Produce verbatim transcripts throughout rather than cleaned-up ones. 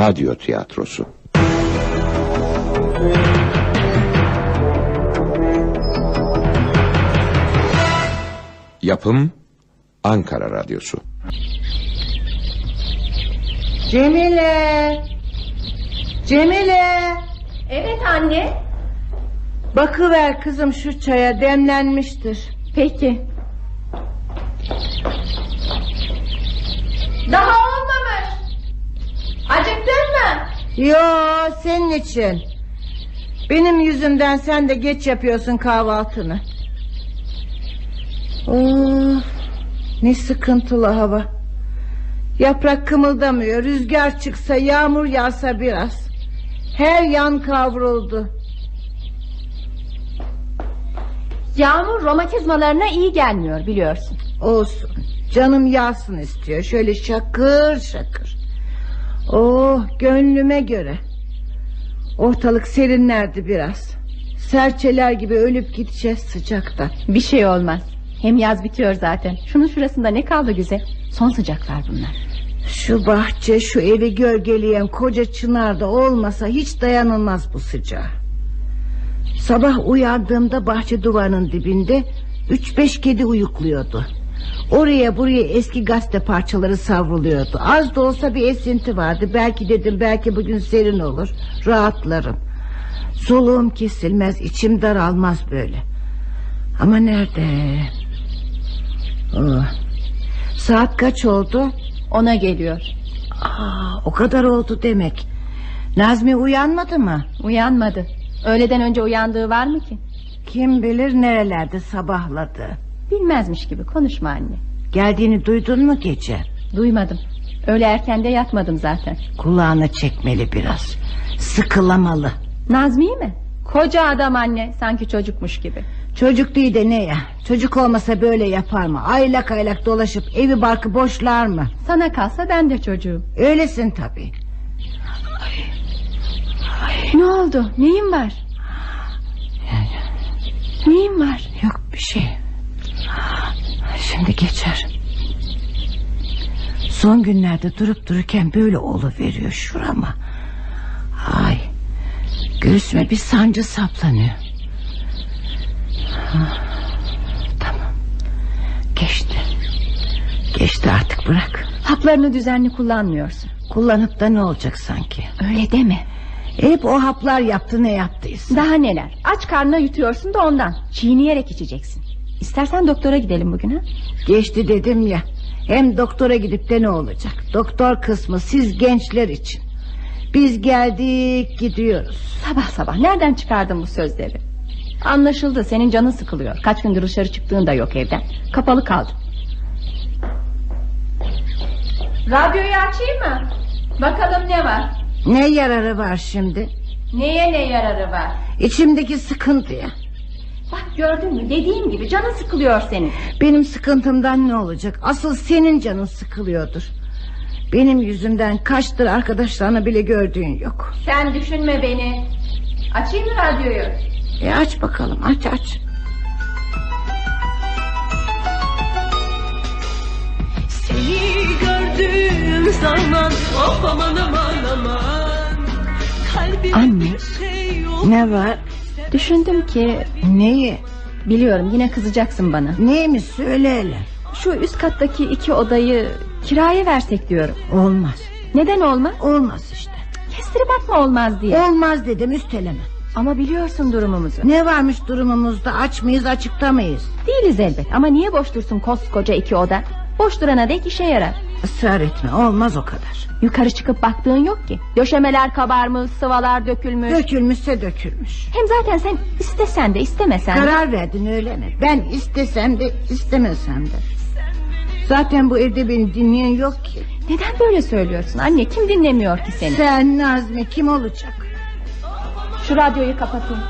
Radyo tiyatrosu. Yapım Ankara Radyosu. Cemile! Cemile! Evet anne. Bakıver kızım şu çaya, demlenmiştir. Peki. Daha olmamış. Acıktın mı? Yo, senin için. Benim yüzümden sen de geç yapıyorsun kahvaltını. Of, ne sıkıntılı hava. Yaprak kımıldamıyor. Rüzgar çıksa, yağmur yağsa biraz. Her yan kavruldu. Yağmur romatizmalarına iyi gelmiyor biliyorsun. Olsun, canım yağsın istiyor. Şöyle şakır şakır. Oh, gönlüme göre. Ortalık serinlerdi biraz. Serçeler gibi ölüp gideceğiz sıcakta. Bir şey olmaz. Hem yaz bitiyor zaten. Şunun şurasında ne kaldı güzel. Son sıcaklar bunlar. Şu bahçe, şu evi gölgeleyen koca çınar da olmasa hiç dayanılmaz bu sıcağa. Sabah uyandığımda bahçe duvarının dibinde üç beş kedi uyukluyordu. Oraya buraya eski gazete parçaları savruluyordu. Az da olsa bir esinti vardı. Belki dedim, belki bugün serin olur, rahatlarım. Soluğum kesilmez, içim daralmaz böyle. Ama nerede? Oh. Saat kaç oldu? Ona geliyor. Aa, o kadar oldu demek. Nazmi uyanmadı mı? Uyanmadı. Öğleden önce uyandığı var mı ki? Kim bilir nerelerde sabahladı. Bilmezmiş gibi konuşma anne. Geldiğini duydun mu gece? Duymadım. Öyle erken de yatmadım zaten. Kulağına çekmeli biraz. Sıkılamalı. Nazmi mi? Koca adam anne, sanki çocukmuş gibi. Çocuk değil de ne ya? Çocuk olmasa böyle yapar mı? Aylak aylak dolaşıp evi barkı boşlar mı? Sana kalsa ben de çocuğum. Öylesin tabii. Ay. Ay. Ne oldu? Neyin var? Neyin var? Yok bir şey. Şimdi geçer. Son günlerde durup dururken böyle oluveriyor şurama. Ay, göğsüme bir sancı saplanıyor. Tamam, geçti. Geçti artık, bırak. Haplarını düzenli kullanmıyorsun. Kullanıp da ne olacak sanki? Öyle deme. Hep o haplar yaptı ne yaptıysa. Daha neler, aç karnına yutuyorsun da ondan. Çiğneyerek içeceksin. İstersen doktora gidelim bugün ha? Geçti dedim ya. Hem doktora gidip de ne olacak? Doktor kısmı siz gençler için. Biz geldik gidiyoruz. Sabah sabah nereden çıkardın bu sözleri? Anlaşıldı, senin canın sıkılıyor. Kaç gündür dışarı çıktığın da yok evden. Kapalı kaldın. Radyoyu açayım mı? Bakalım ne var? Ne yararı var şimdi? Neye ne yararı var? İçimdeki sıkıntıya. Bak gördün mü, dediğim gibi canın sıkılıyor senin. Benim sıkıntımdan ne olacak? Asıl senin canın sıkılıyordur. Benim yüzümden kaçtır arkadaşlarına bile gördüğün yok. Sen düşünme beni. Açayım mı radyoyu? E aç bakalım, aç aç. Seni gördüğüm zaman of aman aman aman. Kalbim Anne, şey ne var? Düşündüm ki... Neyi? Biliyorum yine kızacaksın bana. Neymiş söyle hele. Şu üst kattaki iki odayı kiraya versek diyorum. Olmaz. Neden olmaz? Olmaz işte. Kestirip atma olmaz diye. Olmaz dedim, üsteleme. Ama biliyorsun durumumuzu. Ne varmış durumumuzda? Aç mıyız, açıkta mıyız? Değiliz elbet ama niye boş dursun koskoca iki oda? Boş durana dek işe yarar. Israr etme, olmaz o kadar. Yukarı çıkıp baktığın yok ki. Döşemeler kabarmış, sıvalar dökülmüş. Dökülmüşse dökülmüş. Hem zaten sen istesen de istemesen de. Karar verdin öyle mi? Ben istesem de istemesem de. Zaten bu evde beni dinleyen yok ki. Neden böyle söylüyorsun anne? Kim dinlemiyor ki seni? Sen Nazmi, kim olacak? Şu radyoyu kapatayım.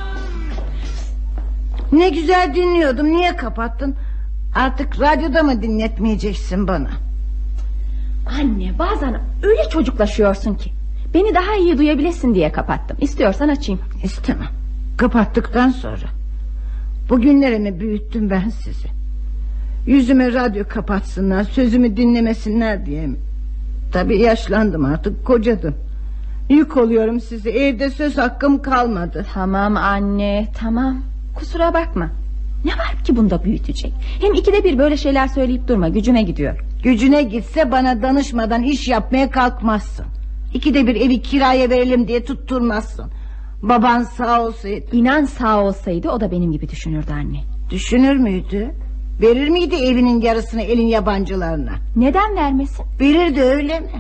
Ne güzel dinliyordum, niye kapattın? Artık radyoda mı dinletmeyeceksin bana? Anne bazen öyle çocuklaşıyorsun ki. Beni daha iyi duyabilesin diye kapattım. İstiyorsan açayım. İstemem. Kapattıktan sonra. Bugünlerimi büyüttüm ben sizi. Yüzüme radyo kapatsınlar, sözümü dinlemesinler diye mi? Tabii yaşlandım artık, kocadım. Yük oluyorum size, evde söz hakkım kalmadı. Tamam anne, tamam. Kusura bakma. Ne var ki bunda büyütecek? Hem ikide bir böyle şeyler söyleyip durma, gücüme gidiyor. Gücüne gitse bana danışmadan iş yapmaya kalkmazsın. İkide bir evi kiraya verelim diye tutturmazsın. Baban sağ olsaydı. İnan sağ olsaydı o da benim gibi düşünürdü anne. Düşünür müydü? Verir miydi evinin yarısını elin yabancılarına? Neden vermesin? Verirdi, öyle mi?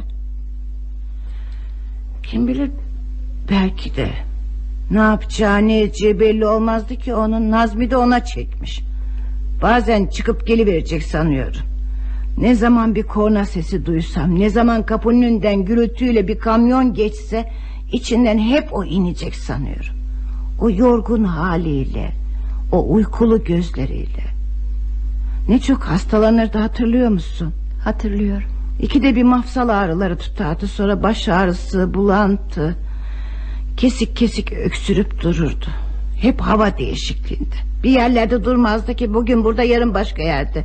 Kim bilir, belki de. Ne yapacağı ne edeceği belli olmazdı ki onun. Nazmi de ona çekmiş. Bazen çıkıp geliverecek sanıyorum. Ne zaman bir korna sesi duysam, ne zaman kapının önünden gürültüyle bir kamyon geçse, içinden hep o inecek sanıyorum. O yorgun haliyle, o uykulu gözleriyle. Ne çok hastalanırdı, hatırlıyor musun? Hatırlıyorum. İkide bir mafsal ağrıları tutardı, sonra baş ağrısı, bulantı. Kesik kesik öksürüp dururdu. Hep hava değişikliğinde. Bir yerlerde durmazdı ki, bugün burada yarın başka yerde.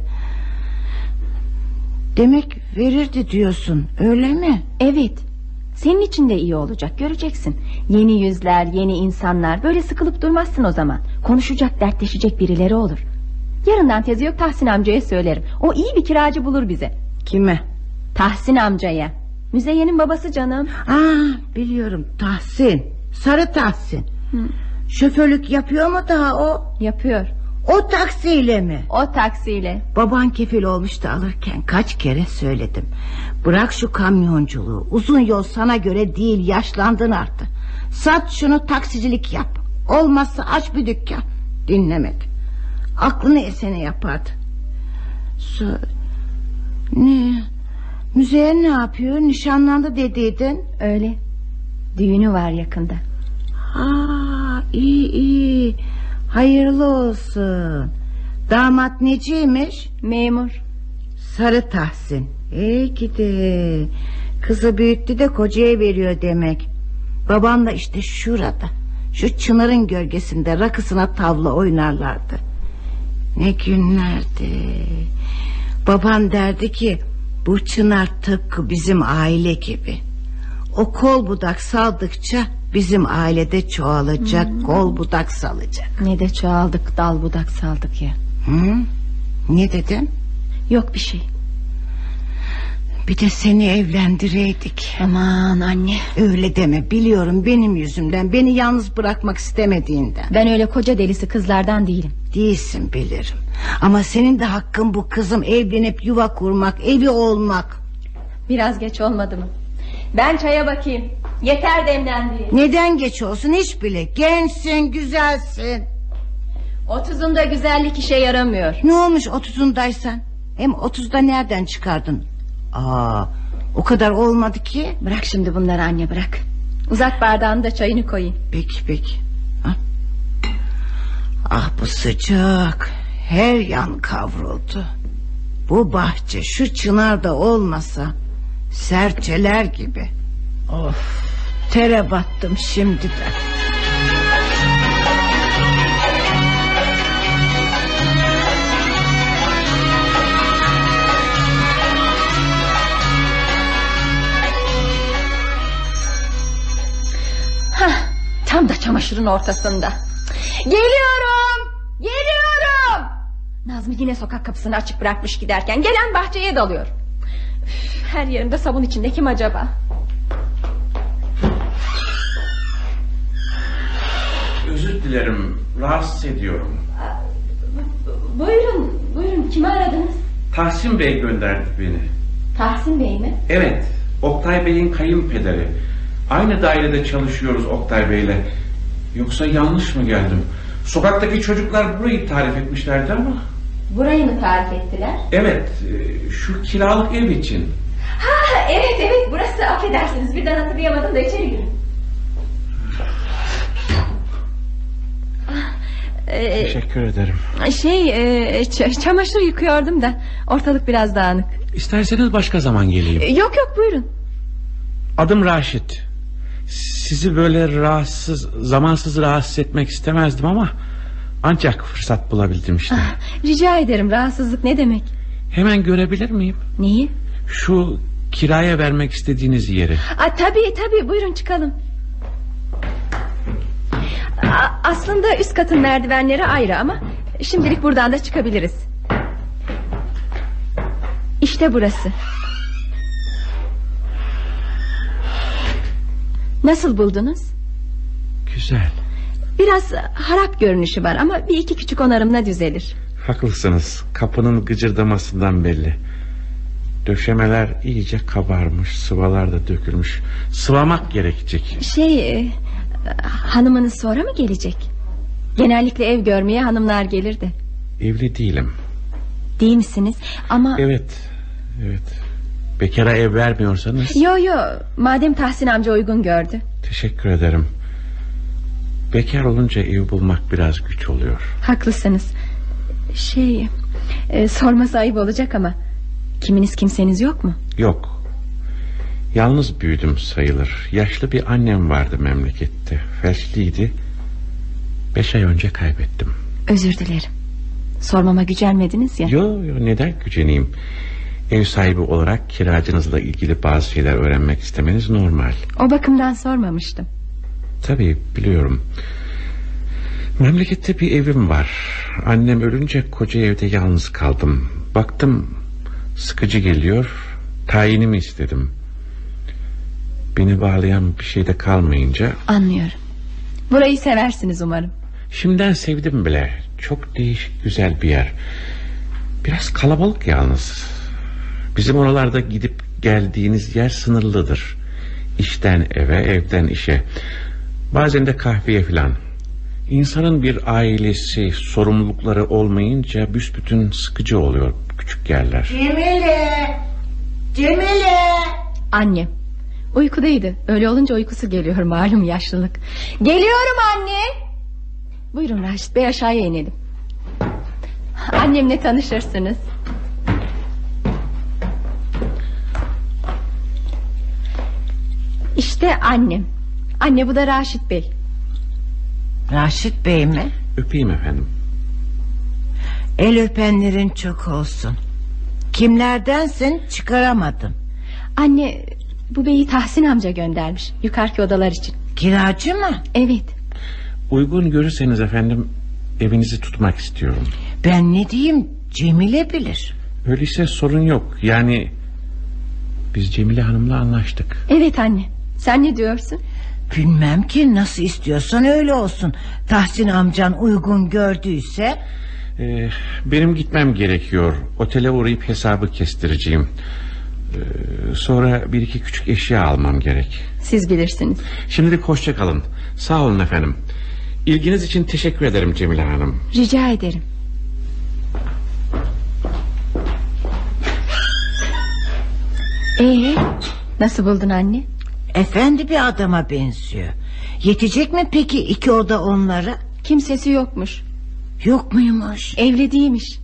Demek verirdi diyorsun, öyle mi? Evet. Senin için de iyi olacak, göreceksin. Yeni yüzler, yeni insanlar. Böyle sıkılıp durmazsın o zaman. Konuşacak, dertleşecek birileri olur. Yarından tezi yok, Tahsin amcaya söylerim. O iyi bir kiracı bulur bize. Kime? Tahsin amcaya. Müzeyyen'in babası canım. Aa, biliyorum, Tahsin. Sarı Tahsin. Hı. Şoförlük yapıyor mu daha o? Yapıyor. O taksiyle mi? O taksiyle. Baban kefil olmuştu alırken, kaç kere söyledim. Bırak şu kamyonculuğu, uzun yol sana göre değil, yaşlandın artık. Sat şunu, taksicilik yap. Olmazsa aç bir dükkan. Dinlemedi. Aklını esene yapardı. So- ne? Müzeyyen ne yapıyor? Nişanlandı dediydin. Öyle. Düğünü var yakında. Aa, iyi iyi. Hayırlı olsun. Damat neciymiş? Memur. Sarı Tahsin. İyi gidi. Kızı büyüttü de kocaya veriyor demek. Babanla işte şurada, şu çınarın gölgesinde rakısına tavla oynarlardı. Ne günlerdi. Baban derdi ki, bu çınar tıpkı bizim aile gibi. O kol budak saldıkça bizim ailede çoğalacak, hmm. kol budak salacak. Ne de çoğaldık, dal budak saldık ya. Hı? Ne dedin? Yok bir şey. Bir de seni evlendireydik. Aman anne. Öyle deme, biliyorum, benim yüzümden, beni yalnız bırakmak istemediğinden. Ben öyle koca delisi kızlardan değilim. Değilsin, bilirim. Ama senin de hakkın bu kızım, evlenip yuva kurmak, evi olmak. Biraz geç olmadı mı? Ben çaya bakayım. Yeter demlendi. Neden geç olsun, hiç bile. Gençsin, güzelsin. Otuzunda güzellik işe yaramıyor. Ne olmuş otuzundaysan? Hem otuzda nereden çıkardın? Aa, o kadar olmadı ki. Bırak şimdi bunları anne, bırak. Uzat bardağını da çayını koyayım. Peki peki. Ha? Ah, bu sıcak. Her yan kavruldu. Bu bahçe şu çınarda olmasa serçeler gibi. Of, tere battım şimdi de. Hah, tam da çamaşırın ortasında. Geliyorum, geliyorum. Nazmi yine sokak kapısını açık bırakmış giderken, gelen bahçeye dalıyor. Üf, her yerimde sabun içinde, kim acaba? Özür dilerim, rahatsız ediyorum. Buyurun, buyurun, kimi aradınız? Tahsin Bey gönderdi beni. Tahsin Bey mi? Evet, Oktay Bey'in kayınpederi. Aynı dairede çalışıyoruz Oktay Bey'le. Yoksa yanlış mı geldim? Sokaktaki çocuklar burayı tarif etmişlerdi ama. Burayı mı tarif ettiler? Evet, şu kiralık ev için. Ha, evet evet, burası, affedersiniz, birden hatırlayamadım da içeri girin. Ee, Teşekkür ederim. Şey, e, ç- çamaşır yıkıyordum da ortalık biraz dağınık. İsterseniz başka zaman geleyim. Ee, yok yok, buyurun. Adım Raşit. Sizi böyle rahatsız, zamansız rahatsız etmek istemezdim ama ancak fırsat bulabildim işte. Ah, rica ederim, rahatsızlık ne demek? Hemen görebilir miyim? Neyi? Şu kiraya vermek istediğiniz yeri. Aa, tabii tabii, buyurun çıkalım. Aa, aslında üst katın merdivenleri ayrı ama şimdilik buradan da çıkabiliriz. İşte burası. Nasıl buldunuz? Güzel. Biraz harap görünüşü var ama bir iki küçük onarımla düzelir. Haklısınız. Kapının gıcırdamasından belli. Döşemeler iyice kabarmış, sıvalar da dökülmüş. Sıvamak gerekecek. Şey, e, hanımınız sonra mı gelecek? Genellikle ev görmeye hanımlar gelirdi. Evli değilim. Değil misiniz? Ama... Evet, evet. Bekara ev vermiyorsanız... Yo yo, madem Tahsin amca uygun gördü. Teşekkür ederim. Bekar olunca ev bulmak biraz güç oluyor. Haklısınız. Şey, e, sorması ayıp olacak ama kiminiz kimseniz yok mu? Yok. Yalnız büyüdüm sayılır. Yaşlı bir annem vardı memlekette. Felçliydi. Beş ay önce kaybettim. Özür dilerim. Sormama gücenmediniz ya. Yo yo, neden güceneyim? Ev sahibi olarak kiracınızla ilgili bazı şeyler öğrenmek istemeniz normal. O bakımdan sormamıştım. Tabii biliyorum. Memlekette bir evim var. Annem ölünce koca evde yalnız kaldım. Baktım sıkıcı geliyor. Tayinimi istedim. Beni bağlayan bir şey de kalmayınca... Anlıyorum. Burayı seversiniz umarım. Şimdiden sevdim bile. Çok değişik, güzel bir yer. Biraz kalabalık yalnız. Bizim oralarda gidip geldiğiniz yer sınırlıdır. İşten eve, evden işe. Bazen de kahveye filan. İnsanın bir ailesi, sorumlulukları olmayınca büsbütün sıkıcı oluyor küçük yerler. Cemile! Cemile! Annem uykudaydı. Öyle olunca uykusu geliyor, malum yaşlılık. Geliyorum anne. Buyurun Raşit Bey, aşağıya inelim. Annemle tanışırsınız. İşte annem. Anne, bu da Raşit Bey. Raşit Bey mi? Öpeyim efendim. El öpenlerin çok olsun. Kimlerdensin çıkaramadım. Anne, bu beyi Tahsin amca göndermiş yukarıki odalar için. Kiracı mı? Evet. Uygun görürseniz efendim evinizi tutmak istiyorum. Ben ne diyeyim, Cemile bilir. Öyleyse sorun yok. Yani biz Cemile Hanım'la anlaştık. Evet anne, sen ne diyorsun? Bilmem ki, nasıl istiyorsan öyle olsun. Tahsin amcan uygun gördüyse. Ee, benim gitmem gerekiyor. Otele uğrayıp hesabı kestireceğim. Ee, sonra bir iki küçük eşya almam gerek. Siz bilirsiniz. Şimdilik hoşça kalın. Sağ olun efendim. İlginiz için teşekkür ederim Cemile Hanım. Rica ederim. Ee, nasıl buldun anne? Efendi bir adama benziyor. Yetecek mi peki iki oda onlara? Kimsesi yokmuş. Yok muymuş? Evli değilmiş.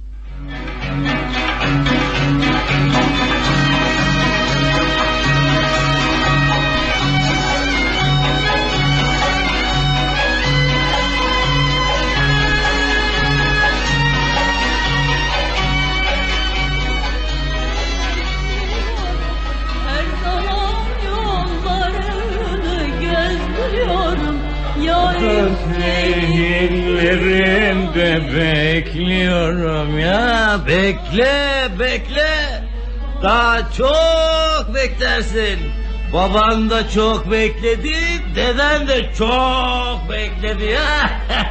Her zaman yollarını gezdiriyorum. Yarın Şehirlerinde bekliyorum ya. Bekle bekle. Daha çok beklersin. Baban da çok bekledi, deden de çok bekledi ya.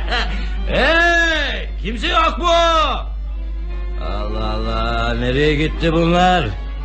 Hey, kimse yok mu? Allah Allah, nereye gitti bunlar?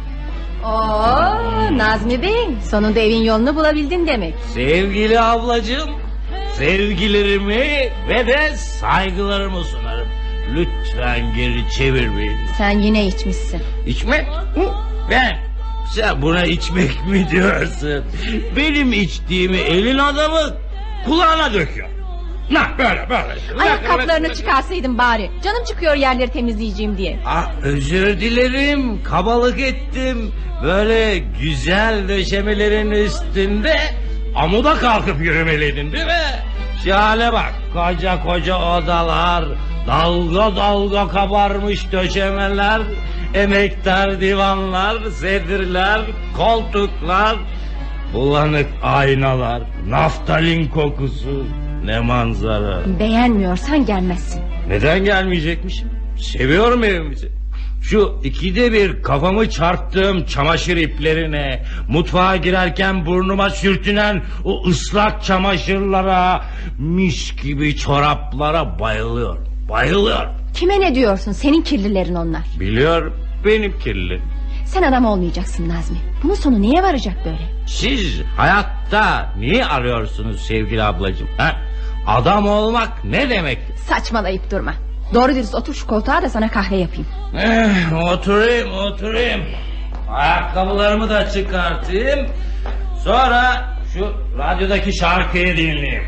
Oo, Nazmi Bey, sonunda evin yolunu bulabildin demek. Sevgili ablacığım, sevgilerimi ve de saygılarımı sunarım. Lütfen geri çevirmeyin. Sen yine içmişsin. İçmek? Hı? Ben? Sen buna içmek mi diyorsun? Benim içtiğimi elin adamı kulağına döküyor. Nah böyle böyle. Ayakkabılarını çıkarsaydın bari. Canım çıkıyor yerleri temizleyeceğim diye. Ah, özür dilerim, kabalık ettim. Böyle güzel döşemelerin üstünde amuda kalkıp yürümeliydin değil mi? Şu hale bak, koca koca odalar, dalga dalga kabarmış döşemeler, Emektar divanlar, sedirler, koltuklar, bulanık aynalar, naftalin kokusu, ne manzara. Beğenmiyorsan gelmezsin. Neden gelmeyecekmişim? Seviyorum evimizi. Şu ikide bir kafamı çarptığım çamaşır iplerine, mutfağa girerken burnuma sürtünen o ıslak çamaşırlara, mis gibi çoraplara bayılıyorum. Bayılıyorum. Kime ne diyorsun? Senin kirlilerin onlar. Biliyorum, benim kirli. Sen adam olmayacaksın Nazmi. Bunun sonu neye varacak böyle? Siz hayatta niye arıyorsunuz sevgili ablacığım? Ha? Adam olmak ne demek? Saçmalayıp durma. Doğru dürüst otur şu koltuğa da sana kahve yapayım. Eh, oturayım oturayım. Ayakkabılarımı da çıkartayım. Sonra şu radyodaki şarkıyı dinleyeyim.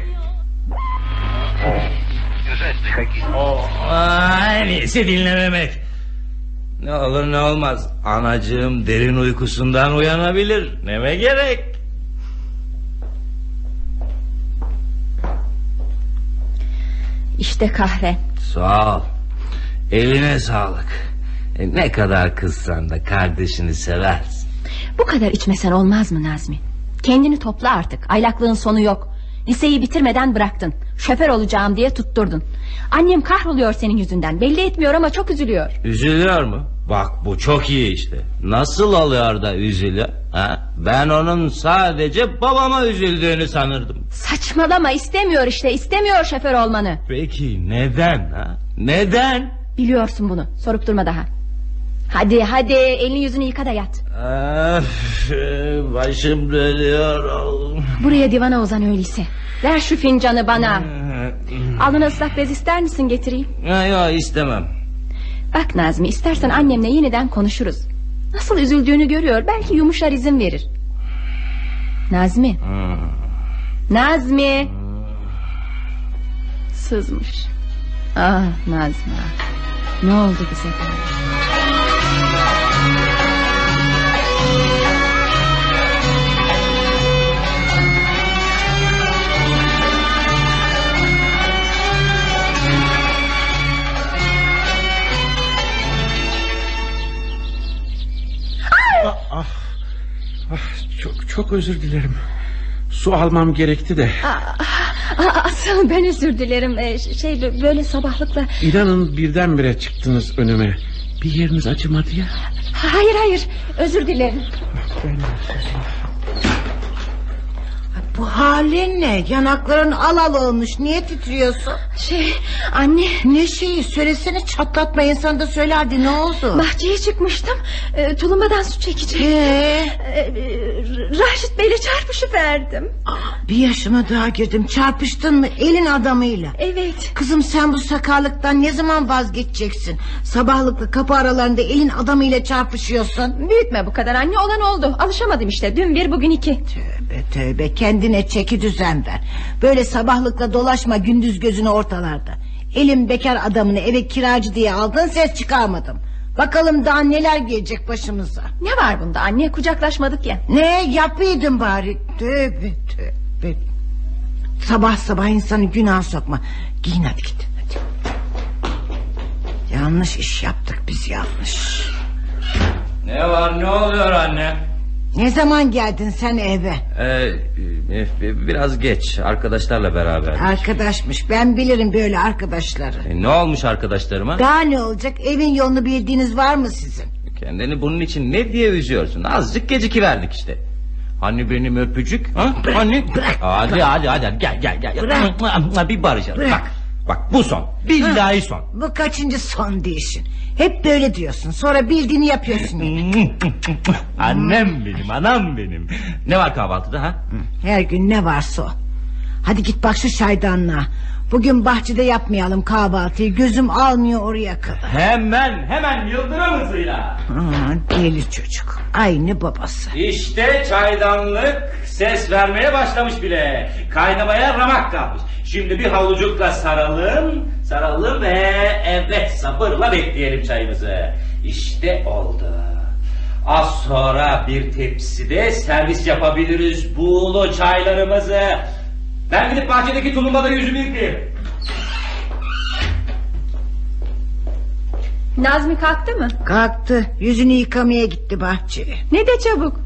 Oh, en iyisi dinlememek. Ne olur ne olmaz, anacığım derin uykusundan uyanabilir. Neme gerek? İşte kahve. Sağ ol. Eline sağlık. E, ne kadar kızsan da kardeşini seversin. Bu kadar içmesen olmaz mı Nazmi? Kendini topla artık. Aylaklığın sonu yok. Liseyi bitirmeden bıraktın. Şoför olacağım diye tutturdun. Annem kahroluyor senin yüzünden. Belli etmiyor ama çok üzülüyor. Üzülüyor mu? Bak bu çok iyi işte. Nasıl oluyor da üzülüyor? Ha? Ben onun sadece babama üzüldüğünü sanırdım. Saçmalama, istemiyor işte. İstemiyor şoför olmanı. Peki neden ha? Neden? Biliyorsun bunu. Sorup durma daha. Hadi hadi elini yüzünü yıka da yat. Öf, başım dönüyor. Buraya divana uzan öyleyse. Ver şu fincanı bana. Alnına ıslak bez ister misin, getireyim? Yok istemem. Bak Nazmi, istersen annemle yeniden konuşuruz. Nasıl üzüldüğünü görüyor, belki yumuşar, izin verir. Nazmi. Hmm. Nazmi. Hmm. Sızmış. Ah Nazmi, ne oldu bize böyle? Ah, ah, çok çok özür dilerim. Su almam gerekti de. Aa, asıl ben özür dilerim. Ee, şey böyle sabahlıkla. İnanın birdenbire çıktınız önüme. Bir yeriniz acımadı ya. Hayır hayır, özür dilerim. Ben... Bu halin ne? Yanakların al al olmuş. Niye titriyorsun? Şey anne. Ne şeyi? Söylesene, çatlatma, insan da söylerdi. Ne oldu? Bahçeye çıkmıştım. E, tulumbadan su çekecek. Ee? E, e, Raşit Bey'le çarpışıverdim. Aa, bir yaşıma daha girdim. Çarpıştın mı elin adamıyla? Evet. Kızım, sen bu sakarlıktan ne zaman vazgeçeceksin? Sabahlıkla kapı aralarında elin adamıyla çarpışıyorsun. Büyütme bu kadar anne, olan oldu. Alışamadım işte, dün bir bugün iki. Tövbe tövbe, kendine çeki düzen ver. Böyle sabahlıkla dolaşma gündüz gözünü ortalarda. Elim bekar adamını eve kiracı diye aldın, ses çıkarmadım. Bakalım daha neler gelecek başımıza. Ne var bunda anne, kucaklaşmadık ya. Ne yapıydın bari? Tövbe tövbe. Sabah sabah insanı günah sokma. Giyin hadi, git hadi. Yanlış iş yaptık biz, yanlış. Ne var, ne oluyor anne? Ne zaman geldin sen eve? Ee, biraz geç, arkadaşlarla beraber. Arkadaşmış, ben bilirim böyle arkadaşları. E, ne olmuş arkadaşlarıma? Daha ne olacak, evin yolunu bildiğiniz var mı sizin? Kendini bunun için ne diye üzüyorsun? Azıcık gecikiverdik işte. Hani benim öpücük? Ha? Bırak, Hani? bırak, hadi, bırak. hadi hadi hadi gel gel gel. Bırak. Bir barışalım. Bırak. Bak. Bak bu son. Billahi son. Bu kaçıncı son değişin? Hep böyle diyorsun, sonra bildiğini yapıyorsun. Annem benim, anam benim. Ne var kahvaltıda ha? Her gün ne varsa o. Hadi git bak şu çaydanlığa. Bugün bahçede yapmayalım kahvaltıyı, gözüm almıyor oraya kadar. Hemen hemen yıldırım hızıyla. Aa, deli çocuk, aynı babası. İşte çaydanlık ses vermeye başlamış bile. Kaynamaya ramak kalmış. Şimdi bir havucukla saralım, saralım ve evet sabırla bekleyelim çayımızı. İşte oldu. Az sonra bir tepside servis yapabiliriz buğulu çaylarımızı. Ben gidip bahçedeki tulumbada yüzümü yıkayayım. Nazmi kalktı mı? Kalktı, yüzünü yıkamaya gitti bahçeye. Ne de çabuk.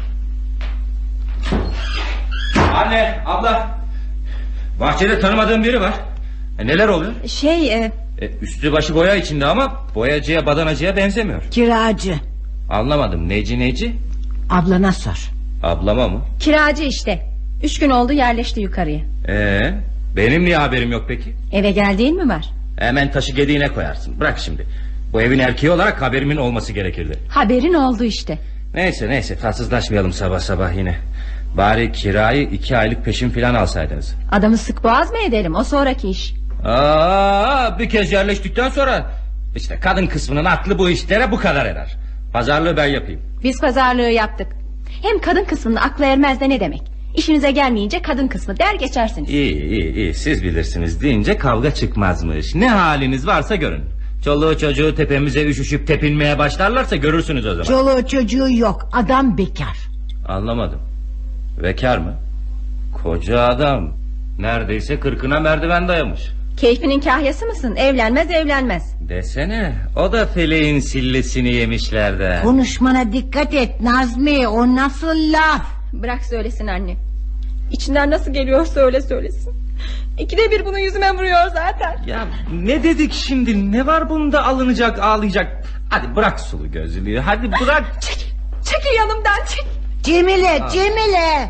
Anne, abla. Bahçede tanımadığım biri var. E, neler oluyor? Şey e... E, üstü başı boya içinde ama boyacıya badanacıya benzemiyor. Kiracı. Anlamadım, neci neci? Ablana sor. Ablama mı? Kiracı işte. Üç gün oldu yerleşti yukarıya. Ee, benim niye haberim yok peki? Eve geldiğin mi var? Hemen taşı gediğine koyarsın. Bırak şimdi. Bu evin erkeği olarak haberimin olması gerekirdi. Haberin oldu işte. Neyse neyse, tatsızlaşmayalım sabah sabah yine. Bari kirayı iki aylık peşin filan alsaydınız. Adamı sık boğaz mı edelim, o sonraki iş. Aa, bir kez yerleştikten sonra işte kadın kısmının aklı bu işlere bu kadar eder. Pazarlığı ben yapayım. Biz pazarlığı yaptık. Hem kadın kısmının aklı ermez de ne demek? İşinize gelmeyince kadın kısmı der geçersiniz. İyi iyi iyi, siz bilirsiniz deyince kavga çıkmazmış. Ne haliniz varsa görün. Çoluğu çocuğu tepemize üşüşüp tepinmeye başlarlarsa görürsünüz o zaman. Çoluğu çocuğu yok, adam bekar. Anlamadım. Bekar mı? Koca adam. Neredeyse kırkına merdiven dayamış. Keyfinin kahyası mısın? Evlenmez evlenmez. Desene, o da feleğin sillesini yemişlerden. Konuşmana dikkat et Nazmi, o nasıl laf? Bırak söylesin anne. İçinden nasıl geliyorsa öyle söylesin. İkide bir bunu yüzüme vuruyor zaten. Ya ne dedik şimdi, ne var bunda alınacak ağlayacak. Hadi bırak sulu gözlülüğü, hadi bırak. Çekil, çekil yanımdan, çek. Cemile, Cemile.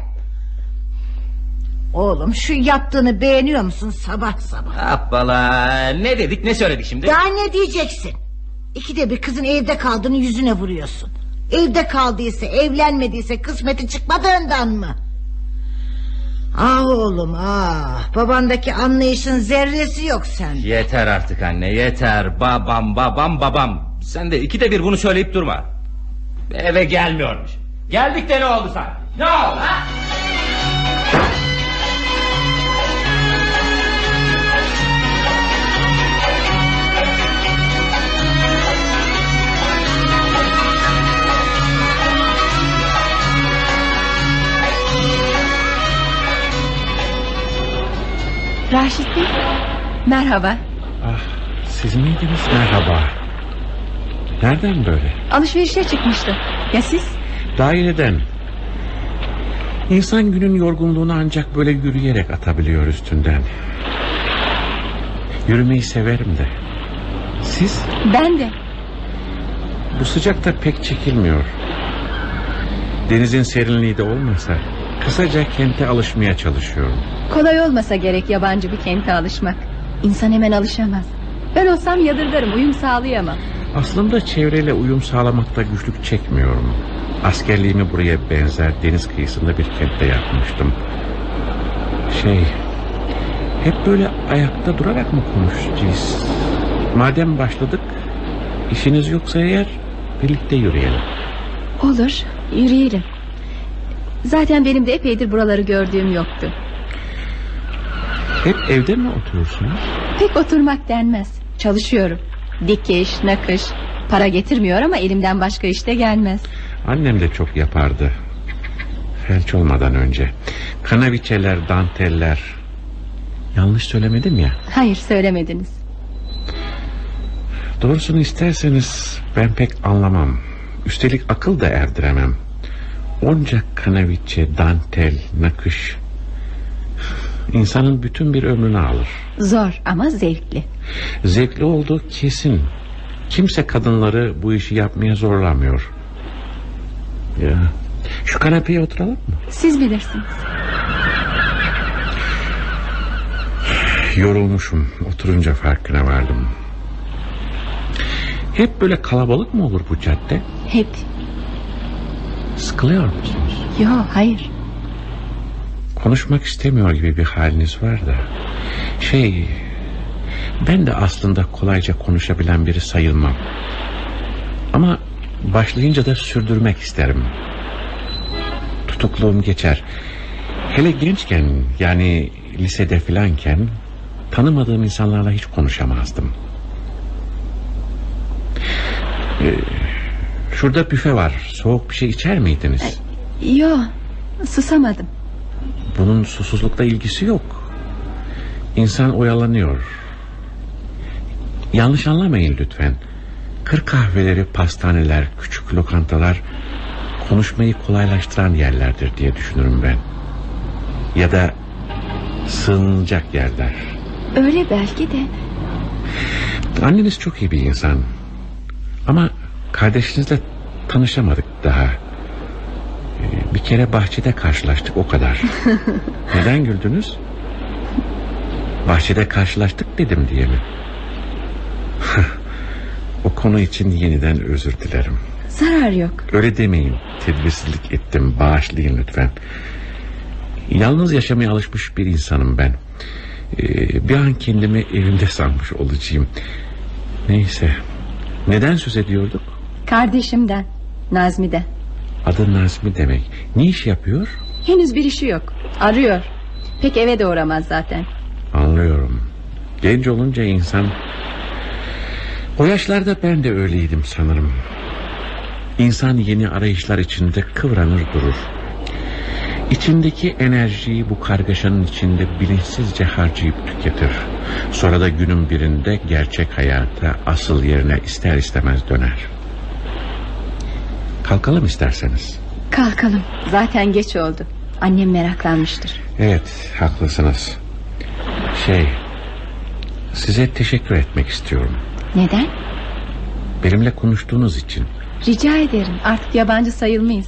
Oğlum şu yaptığını beğeniyor musun sabah sabah? Hoppala, ne dedik ne söyledik şimdi? Daha ne diyeceksin? İkide bir kızın evde kaldığını yüzüne vuruyorsun. Evde kaldıysa, evlenmediyse kısmeti çıkmadığından mı? Ah oğlum ah, babandaki anlayışın zerresi yok sende. Yeter artık anne, yeter. Babam babam babam. Sen de ikide bir bunu söyleyip durma. Eve gelmiyormuş. Geldik de ne oldu sen? Ne oldu ha? Raşit Bey, merhaba. Ah, siz miydiniz? Merhaba. Nereden böyle? Alışverişe çıkmıştı. Ya siz? Daireden. İnsan günün yorgunluğunu ancak böyle yürüyerek atabiliyor üstünden. Yürümeyi severim de. Siz? Ben de. Bu sıcakta pek çekilmiyor. Denizin serinliği de olmasa kısaca kente alışmaya çalışıyorum. Kolay olmasa gerek yabancı bir kente alışmak. İnsan hemen alışamaz. Ben olsam yadırgarım, uyum sağlayamam. Aslında çevreyle uyum sağlamakta güçlük çekmiyorum. Askerliğimi buraya benzer deniz kıyısında bir kentte yapmıştım. Şey, hep böyle ayakta durarak mı konuşacağız? Madem başladık, işiniz yoksa eğer birlikte yürüyelim. Olur, yürüyelim. Zaten benim de epeydir buraları gördüğüm yoktu. Hep evde mi oturursunuz? Pek oturmak denmez. Çalışıyorum. Dikiş, nakış. Para getirmiyor ama elimden başka işte gelmez. Annem de çok yapardı. Felç olmadan önce. Kanaviçeler, danteller. Yanlış söylemedim ya. Hayır, söylemediniz. Doğrusunu isterseniz ben pek anlamam. Üstelik akıl da erdiremem. Onca kanaviçe, dantel, nakış. İnsanın bütün bir ömrünü alır. Zor ama zevkli. Zevkli olduğu kesin. Kimse kadınları bu işi yapmaya zorlamıyor. Ya, şu kanepeye oturalım mı? Siz bilirsiniz. Yorulmuşum. Oturunca farkına vardım. Hep böyle kalabalık mı olur bu cadde? Hep. Sıkılıyor musunuz? Yok, hayır. Konuşmak istemiyor gibi bir haliniz var da. Şey, ben de aslında kolayca konuşabilen biri sayılmam. Ama başlayınca da sürdürmek isterim. Tutukluğum geçer. Hele gençken, yani lisede filanken tanımadığım insanlarla hiç konuşamazdım. Ee, şurada büfe var. Soğuk bir şey içer miydiniz? Yok, susamadım. Bunun susuzlukla ilgisi yok. İnsan oyalanıyor. Yanlış anlamayın lütfen. kır kahveleri, pastaneler, küçük lokantalar konuşmayı kolaylaştıran yerlerdir diye düşünürüm ben. Ya da sığınılacak yerler. Öyle belki de. Anneniz çok iyi bir insan. Ama kardeşinizle tanışamadık daha. Bir kere bahçede karşılaştık, o kadar. Neden güldünüz? Bahçede karşılaştık dedim diye mi? O konu için yeniden özür dilerim. Zarar yok. Öyle demeyin. Tedbirsizlik ettim. Bağışlayın lütfen. Yalnız yaşamaya alışmış bir insanım ben. Ee, bir an kendimi evimde sanmış olacağım. Neyse. Neden söz ediyorduk? Kardeşimden, Nazmi'den. Adı Nazmi demek. Ne iş yapıyor? Henüz bir işi yok. Arıyor. Pek eve de uğramaz zaten. Anlıyorum. Genç olunca insan... O yaşlarda ben de öyleydim sanırım. İnsan yeni arayışlar içinde kıvranır durur. İçindeki enerjiyi bu kargaşanın içinde bilinçsizce harcayıp tüketir. Sonra da günün birinde gerçek hayata, asıl yerine ister istemez döner. Kalkalım isterseniz. Kalkalım. Zaten geç oldu. Annem meraklanmıştır. Evet, haklısınız. Şey, size teşekkür etmek istiyorum. Neden? Benimle konuştuğunuz için. Rica ederim. Artık yabancı sayılmayız.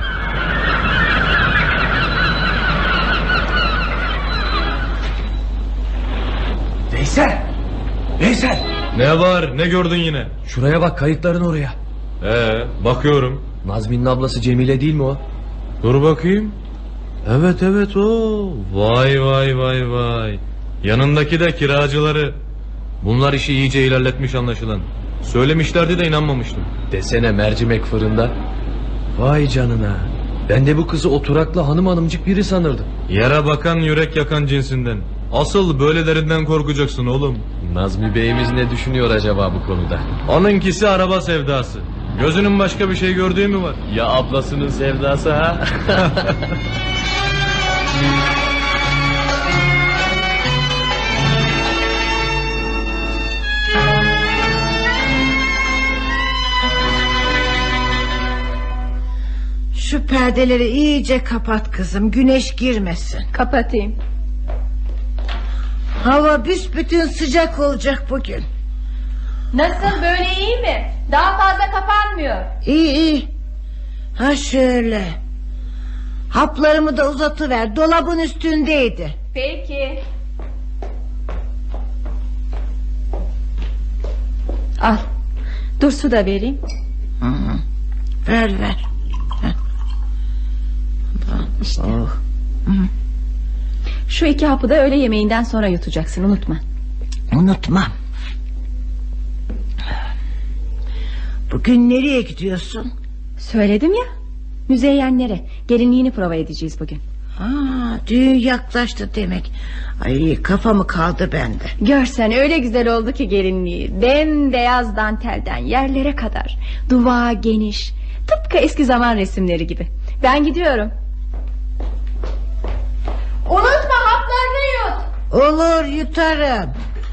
Veysel! Veysel! Ne var, ne gördün yine? Şuraya bak, kayıtların oraya. Ee, bakıyorum. Nazmi'nin ablası Cemile değil mi o? Dur bakayım. Evet evet o. Vay vay vay vay. Yanındaki de kiracıları. Bunlar işi iyice ilerletmiş anlaşılan. Söylemişlerdi de inanmamıştım. Desene, mercimek fırında. Vay canına. Ben de bu kızı oturaklı hanım hanımcık biri sanırdım. Yere bakan yürek yakan cinsinden. Asıl böylelerinden korkacaksın oğlum. Nazmi Bey'imiz ne düşünüyor acaba bu konuda? Onunkisi araba sevdası. Gözünün başka bir şey gördüğü mü var? Ya ablasının sevdası ha? Şu perdeleri iyice kapat kızım, güneş girmesin. Kapatayım. Hava büsbütün sıcak olacak bugün. Nasıl, böyle iyi mi? Daha fazla kapanmıyor. İyi iyi. Ha şöyle. Haplarımı da uzatıver, dolabın üstündeydi. Peki. Al. Dur, su da vereyim. Hı hı. Ver ver. İşte. Oh. Şu iki hapı da öğle yemeğinden sonra yutacaksın, unutma. Unutmam. Bugün nereye gidiyorsun? Söyledim ya, Müzeyyenlere. Gelinliğini prova edeceğiz bugün. Aa, düğün yaklaştı demek. Ay, kafamı kaldı bende. Görsen öyle güzel oldu ki gelinliği. Bembeyaz dantelden yerlere kadar. Duvağı geniş. Tıpkı eski zaman resimleri gibi. Ben gidiyorum. Unutma, haplarını yut. Olur, yutarım.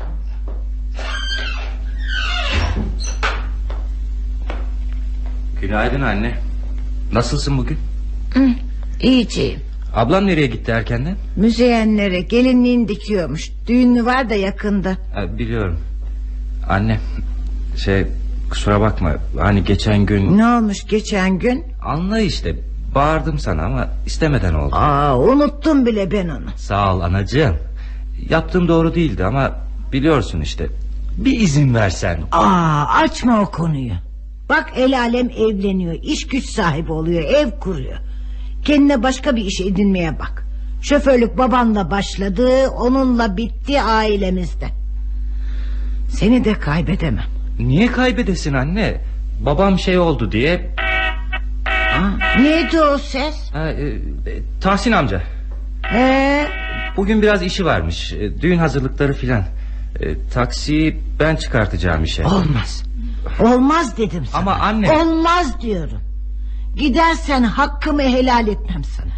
Günaydın anne. Nasılsın bugün? Hı, iyiciyim. Ablam nereye gitti erkenden? Müzeyyenlere gelinliğini dikiyormuş. Düğünü var da yakında. Ha, biliyorum. Anne, şey, kusura bakma. Hani geçen gün... Ne olmuş geçen gün? Anla işte. Bağırdım sana ama istemeden oldu. Aa, unuttum bile ben onu. Sağ ol anacığım. Yaptığım doğru değildi ama biliyorsun işte. Bir izin versen. Aa, açma o konuyu. Bak, el alem evleniyor, iş güç sahibi oluyor, ev kuruyor. Kendine başka bir iş edinmeye bak. Şoförlük babanla başladı, onunla bitti ailemizde. Seni de kaybedemem. Niye kaybedesin anne? Babam şey oldu diye. Aa, neydi o ses? Ha, e, e, Tahsin amca. Ee, Bugün biraz işi varmış. E, düğün hazırlıkları filan. E, taksiyi ben çıkartacağım işe. olmaz. Olmaz dedim sana. Ama anne. Olmaz diyorum. Gidersen hakkımı helal etmem sana.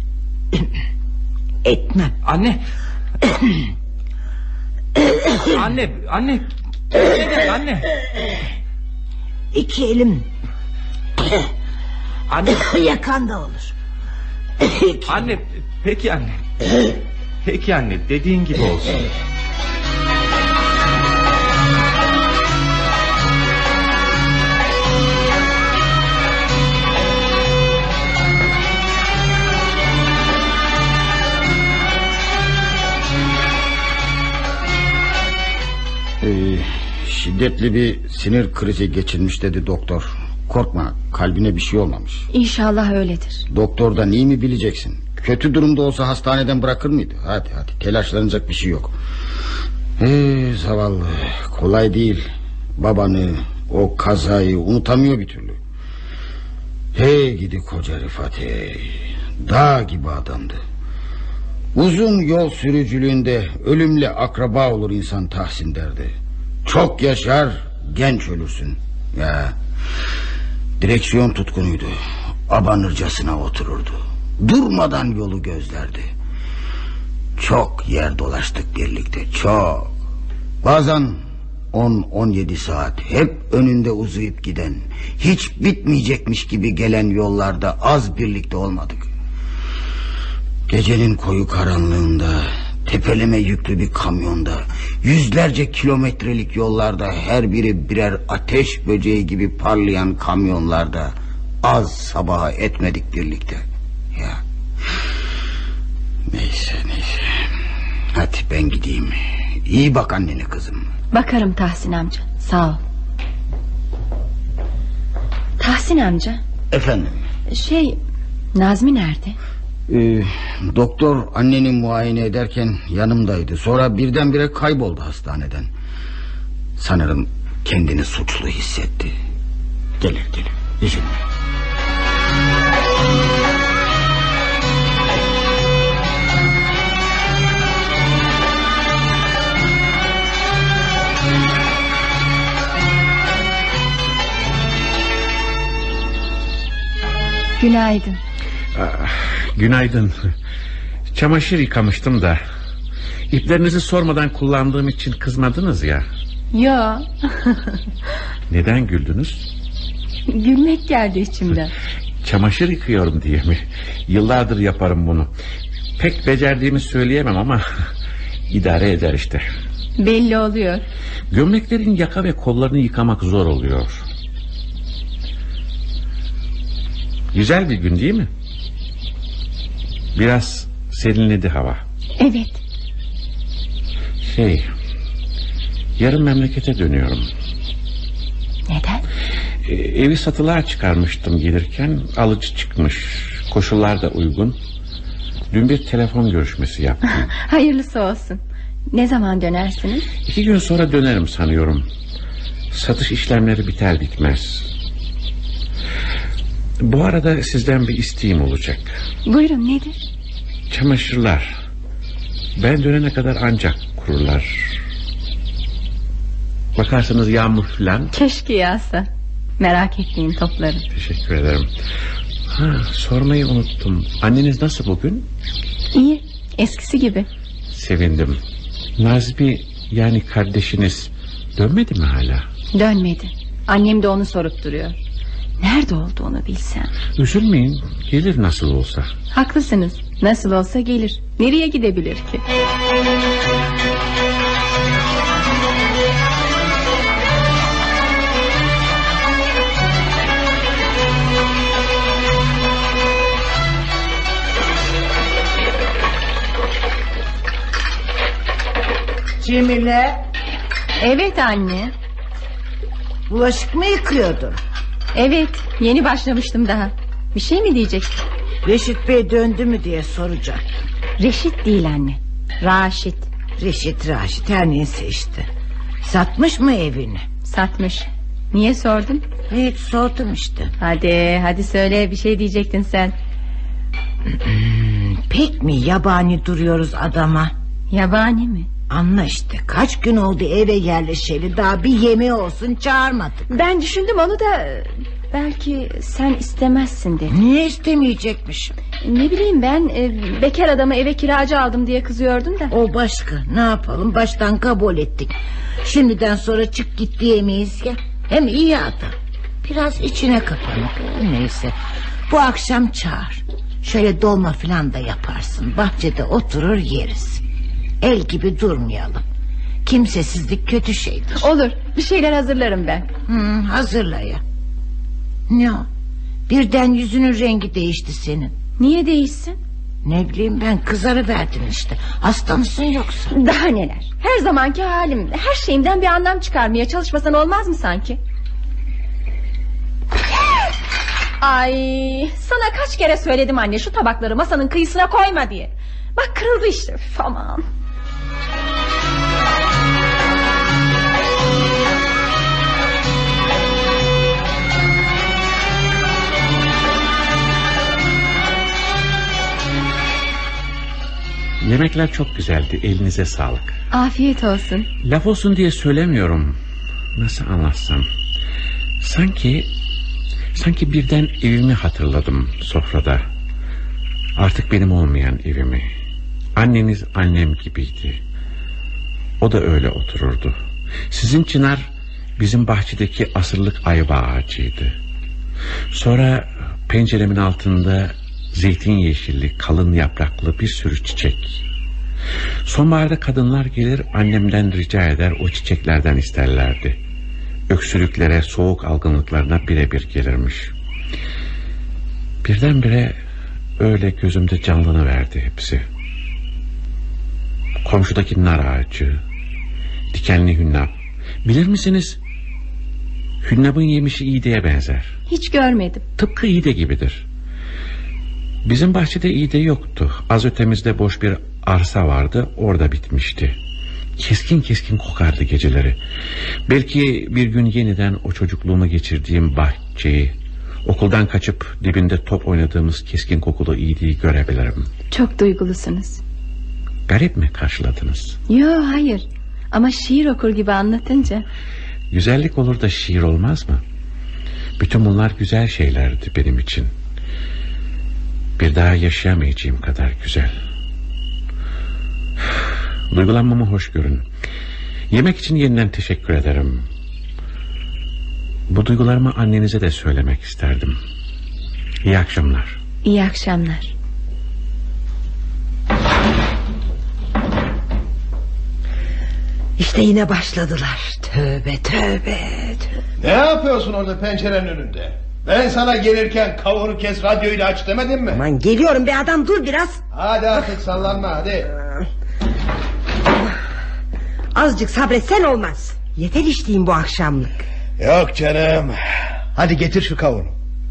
Etmem. Anne. anne, anne. Anne, anne. iki elim Anne. yakanda olur. Anne peki anne. Peki anne, dediğin gibi olsun. Ee, şiddetli bir sinir krizi geçirmiş dedi doktor. Korkma, kalbine bir şey olmamış. İnşallah öyledir. Doktordan iyi mi bileceksin? Kötü durumda olsa hastaneden bırakır mıydı? Hadi hadi, telaşlanacak bir şey yok. Ee, zavallı, kolay değil. Babanı, o kazayı unutamıyor bir türlü. Hey gidi koca Rıfat hey. Dağ gibi adamdı. Uzun yol sürücülüğünde ölümle akraba olur insan Tahsin derdi. Çok yaşar, genç ölürsün. Ya, direksiyon tutkunuydu. Abanırcasına otururdu. Durmadan yolu gözlerdi. Çok yer dolaştık birlikte, çok. Bazen on on yedi saat hep önünde uzayıp giden, hiç bitmeyecekmiş gibi gelen yollarda az birlikte olmadık. Gecenin koyu karanlığında, tepeleme yüklü bir kamyonda, yüzlerce kilometrelik yollarda, her biri birer ateş böceği gibi parlayan kamyonlarda az sabaha etmedik birlikte. Ya. Neyse neyse. Hadi ben gideyim. İyi bak annene kızım. Bakarım Tahsin amca, sağ ol. Tahsin amca. Efendim. Şey, Nazmi nerede? Ee, doktor anneni muayene ederken yanımdaydı. Sonra birdenbire kayboldu hastaneden. Sanırım kendini suçlu hissetti. Gelir gelir. İzin. Günaydın. Ah, günaydın. Çamaşır yıkamıştım da. İplerinizi sormadan kullandığım için kızmadınız ya. Yo. Neden güldünüz? Gülmek geldi içimden. Çamaşır yıkıyorum diye mi? Yıllardır yaparım bunu. Pek becerdiğimi söyleyemem ama idare eder işte. Belli oluyor. Gömleklerin yaka ve kollarını yıkamak zor oluyor. Güzel bir gün değil mi? Biraz serinledi hava. Evet. Şey, yarın memlekete dönüyorum. Neden? Ee, evi satılığa çıkarmıştım gelirken, alıcı çıkmış. Koşullar da uygun. Dün bir telefon görüşmesi yaptım. Hayırlısı olsun. Ne zaman dönersiniz? İki gün sonra dönerim sanıyorum. Satış işlemleri biter bitmez. Bu arada sizden bir isteğim olacak. Buyurun, nedir? Çamaşırlar. Ben dönene kadar ancak kururlar. Bakarsanız yağmur filan. Keşke yağsa. Merak etmeyin, toplarım. Teşekkür ederim. Ha, sormayı unuttum. Anneniz nasıl bugün? İyi, eskisi gibi. Sevindim. Nazmi, yani kardeşiniz dönmedi mi hala? Dönmedi. Annem de onu sorup duruyor. Nerede olduğunu bilsem. Üzülmeyin, gelir nasıl olsa. Haklısınız, nasıl olsa gelir. Nereye gidebilir ki? Cemile. Evet anne. Bulaşık mı yıkıyordun? Evet, yeni başlamıştım daha. Bir şey mi diyeceksin? Reşit Bey döndü mü diye soracak. Reşit değil anne, Raşit. Reşit Raşit her neyse işte. Satmış mı evini? Satmış. Niye sordun? Hiç sordum işte. Hadi hadi söyle, bir şey diyecektin sen. Pek mi yabani duruyoruz adama? Yabani mi? Anla işte, kaç gün oldu eve yerleşeli, daha bir yemeği olsun çağırmadık. Ben düşündüm onu da, belki sen istemezsin dedi. Niye istemeyecekmişim? Ne bileyim ben, e, bekar adamı eve kiracı aldım diye kızıyordun da. O başka, ne yapalım, baştan kabul ettik. Şimdiden sonra çık git diyemeyiz ya. Hem iyi adam. Biraz içine kapanık. Neyse, bu akşam çağır. Şöyle dolma falan da yaparsın. Bahçede oturur yeriz. El gibi durmayalım. Kimsesizlik kötü şeydir. Olur, bir şeyler hazırlarım ben. Hmm, hazırla ya. Ne o? Birden yüzünün rengi değişti senin. Niye değişsin? Ne bileyim ben, kızarıverdin işte. Hasta mısın yoksa? Daha neler, her zamanki halim. Her şeyimden bir anlam çıkarmaya çalışmasan olmaz mı sanki? Ay, sana kaç kere söyledim anne, şu tabakları masanın kıyısına koyma diye. Bak kırıldı işte. Üf, aman. Yemekler çok güzeldi, elinize sağlık. Afiyet olsun. Laf olsun diye söylemiyorum. Nasıl anlatsam? Sanki Sanki birden evimi hatırladım sofrada. Artık benim olmayan evimi. Anneniz annem gibiydi. O da öyle otururdu. Sizin çınar bizim bahçedeki asırlık ayva ağacıydı. Sonra penceremin altında zeytin yeşilli, kalın yapraklı bir sürü çiçek. Sonbaharda kadınlar gelir, annemden rica eder, o çiçeklerden isterlerdi. Öksürüklere, soğuk algınlıklarına birebir gelirmiş. Birdenbire öyle gözümde canlanıverdi hepsi. Komşudaki nar ağacı, dikenli hünnap. Bilir misiniz? Hünnapın yemişi iğdeye benzer. Hiç görmedim. Tıpkı iğde gibidir. Bizim bahçede iğde yoktu. Az ötemizde boş bir arsa vardı, orada bitmişti. Keskin keskin kokardı geceleri. Belki bir gün yeniden o çocukluğumu geçirdiğim bahçeyi, okuldan kaçıp dibinde top oynadığımız keskin kokulu iğdeyi görebilirim. Çok duygulusunuz. Garip mi karşıladınız? Yo, hayır. Ama şiir okur gibi anlatınca. Güzellik olur da şiir olmaz mı? Bütün bunlar güzel şeylerdi benim için. Bir daha yaşayamayacağım kadar güzel. Duygulanmamı hoş görün. Yemek için yeniden teşekkür ederim. Bu duygularımı annenize de söylemek isterdim. İyi akşamlar. İyi akşamlar. İşte yine başladılar. Tövbe tövbe. Ne yapıyorsun orada pencerenin önünde? Ben sana gelirken kavunu kes, radyoyu da aç demedim mi? Aman geliyorum be adam, dur biraz. Hadi artık sallanma hadi. Azıcık sabretsen olmaz. Yeter içtiğim bu akşamlık. Yok canım. Hadi getir şu kavunu.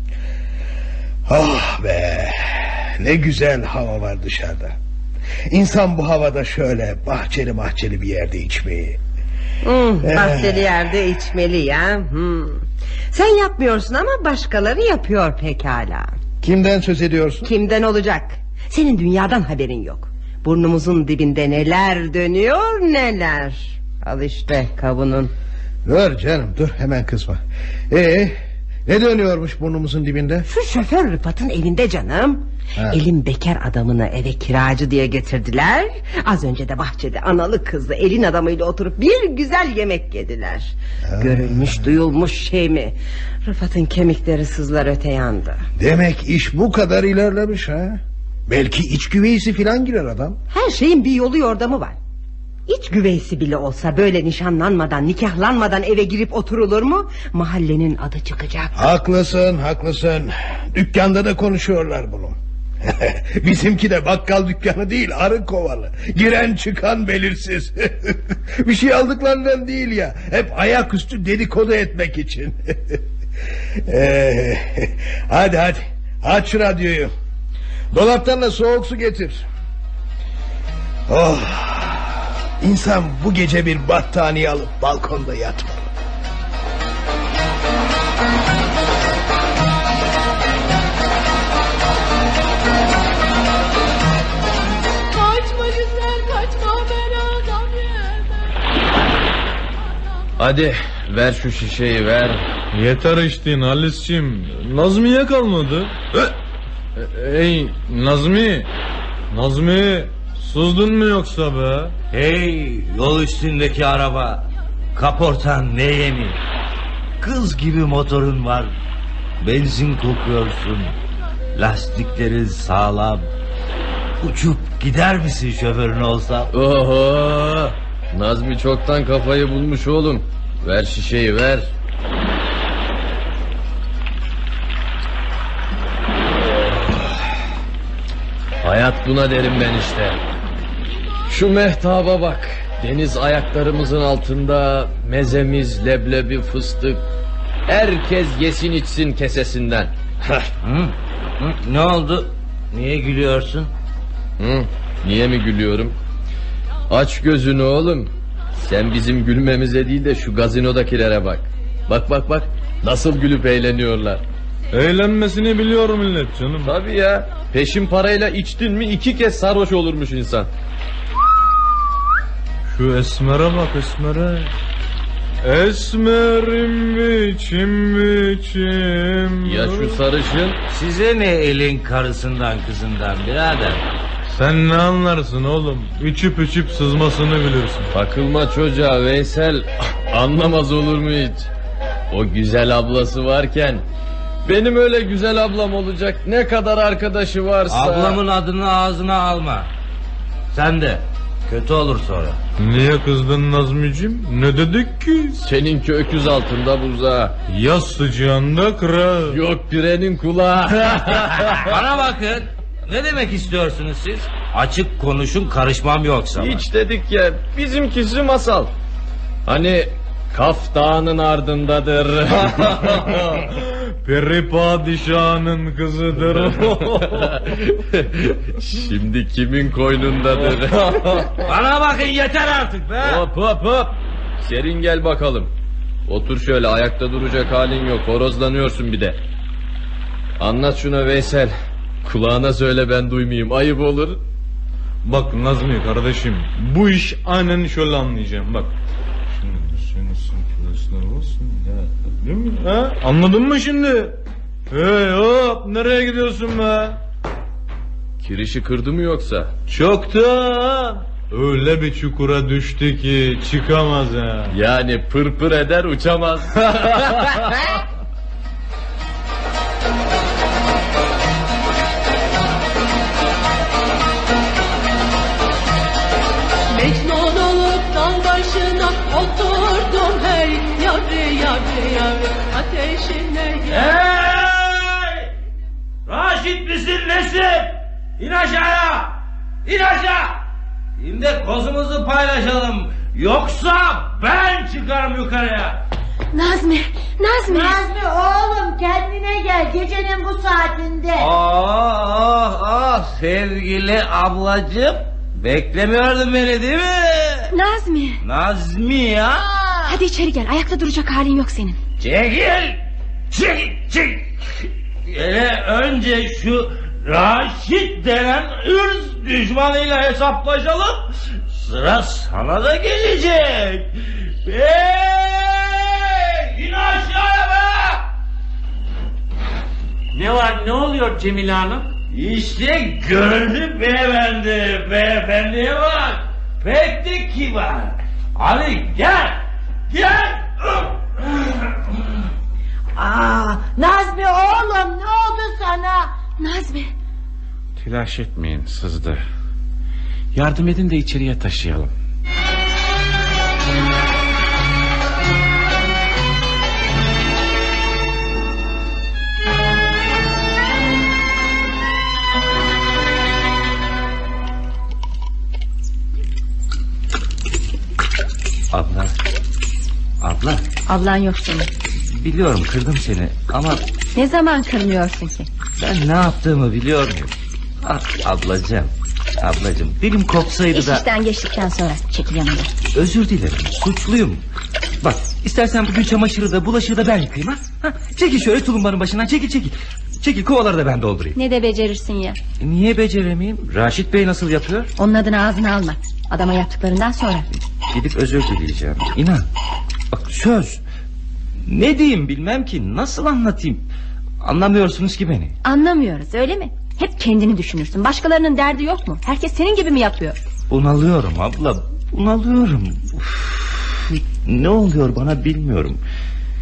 Oh be, ne güzel hava var dışarıda. İnsan bu havada şöyle bahçeli bahçeli bir yerde içmeyi. Hmm, bahçeli yerde içmeli ya. Hmm. Sen yapmıyorsun ama başkaları yapıyor pekala. Kimden söz ediyorsun? Kimden olacak? Senin dünyadan haberin yok. Burnumuzun dibinde neler dönüyor neler. Al işte kavunun. Dur canım dur, hemen kızma. Ee, ne dönüyormuş burnumuzun dibinde? Şu şoför Rıfat'ın evinde canım. Ha. Elin bekar adamını eve kiracı diye getirdiler. Az önce de bahçede analı kızlı elin adamıyla oturup bir güzel yemek yediler. Ha. Görülmüş duyulmuş şey mi? Rıfat'ın kemikleri sızlar öte yandı. Demek iş bu kadar ilerlemiş ha. Belki iç güveysi filan girer adam. Her şeyin bir yolu yordamı var. İç güveysi bile olsa böyle nişanlanmadan, nikahlanmadan eve girip oturulur mu? Mahallenin adı çıkacak. Haklısın haklısın. Dükkanda da konuşuyorlar bunu. Bizimki de bakkal dükkanı değil, arı kovalı. Giren çıkan belirsiz. Bir şey aldıklarından değil ya, hep ayaküstü dedikodu etmek için. ee, hadi hadi aç şu radyoyu. Dolaptan da soğuk su getir. Oh, İnsan bu gece bir battaniye alıp balkonda yatmalı. Kaçma güzel kaçma, ben adam yerden. Hadi ver şu şişeyi ver. Yeter içtin Halis'ciğim. Nazmiye kalmadı. Ey Nazmi, Nazmi, suzdun mu yoksa be? Hey yol üstündeki araba, kaportan ne yemi? sakız gibi motorun var. Benzin kokuyorsun. Lastiklerin sağlam. Uçup gider misin şoförün olsa? Oho! Nazmi çoktan kafayı bulmuş oğlum. Ver şişeyi ver. Hayat buna derim ben işte. Şu mehtaba bak. Deniz ayaklarımızın altında. Mezemiz, leblebi, fıstık. Herkes yesin içsin kesesinden. Hı? Hı? Ne oldu? Niye gülüyorsun? Hı? Niye mi gülüyorum? Aç gözünü oğlum. Sen bizim gülmemize değil de şu gazinodakilere bak. Bak bak bak. Nasıl gülüp eğleniyorlar. Eğlenmesini biliyor millet canım. Tabii ya. Peşin parayla içtin mi iki kez sarhoş olurmuş insan. Şu Esmer'e bak Esmer'e. Esmerim biçim biçim. Ya şu sarışın? Size ne elin karısından kızından birader? Sen ne anlarsın oğlum? İçip içip sızmasını bilirsin. Takılma çocuğa Veysel. Anlamaz olur mu hiç? O güzel ablası varken benim öyle güzel ablam olacak ne kadar arkadaşı varsa. Ablamın adını ağzına alma. Sen de kötü olur sonra. Niye kızdın Nazmicim? Ne dedik ki? Seninki öküz altında buzağı. Yaz sıcağında kıra. Yok pirenin kulağı. Bana bakın. Ne demek istiyorsunuz siz? Açık konuşun, karışmam yoksa. Hiç dedik ya, bizimkisi masal. Hani Kaf Dağı'nın ardındadır. Peri padişahının kızıdır. Şimdi kimin koynundadır? Bana bakın, yeter artık be. Hop hop hop. Serin gel bakalım. Otur şöyle, ayakta duracak halin yok. Horozlanıyorsun bir de. Anlat şuna Veysel. Kulağına söyle, ben duymayayım, ayıp olur. Bak Nazmi kardeşim, bu iş aynen şöyle anlayacağım. Bak şimdi senin sınıflar olsun ya, değil mi? Ha? Anladın mı şimdi? Hey hop, nereye gidiyorsun be? Kirişi kırdı mı yoksa? Çoktan. Öyle bir çukura düştü ki çıkamaz ha. Yani pırpır eder, uçamaz. Mecnun olup dal başına oturdum hey yavru yavru yavru ateşine Hey! Raşit misin nesin? İn aşağıya! İn aşağı! Şimdi kozumuzu paylaşalım. Yoksa ben çıkarım yukarıya. Nazmi, Nazmi. Nazmi oğlum kendine gel, gecenin bu saatinde. Ah ah sevgili ablacığım. Beklemiyordun beni değil mi? Nazmi. Nazmi ya. Hadi içeri gel, ayakta duracak halin yok senin. Çekil! Çekil! Çekil! Hele önce şu Raşit denen ırz düşmanıyla hesaplaşalım. Sıra sana da gelecek. Hey! İn aşağıya be! Ne var, ne oluyor Cemile Hanım? İşte gördük beyefendi. Beyefendiye bak. Pek de kibar. Hadi gel. Gel. Aa, Nazmi oğlum ne oldu sana? Nazmi. Telaş etmeyin, sızdı. Yardım edin de içeriye taşıyalım. Abla. Abla. Ablan yok senin. Biliyorum kırdım seni ama... Ne zaman kırmıyorsun ki? Ben ne yaptığımı biliyor muyum? Ah, ablacığım. Ablacığım dilim kopsaydı İş da... işten geçtikten sonra çekil yanımda. Özür dilerim, suçluyum. Bak istersen bugün çamaşırı da bulaşığı da ben yıkayayım ha? ha? Çekil şöyle tulumbanın başından, çekil çekil. Çekil, kovaları da ben doldurayım. Ne de becerirsin ya. E, niye beceremeyeyim? Raşit Bey nasıl yapıyor? Onun adını ağzına alma. Adama yaptıklarından sonra. Gidip özür dileyeceğim. İnan. Bak söz. Ne diyeyim bilmem ki, nasıl anlatayım? Anlamıyorsunuz ki beni. Anlamıyoruz öyle mi? Hep kendini düşünürsün. Başkalarının derdi yok mu? Herkes senin gibi mi yapıyor? Bunalıyorum abla. Bunalıyorum. Uf, ne oluyor bana bilmiyorum.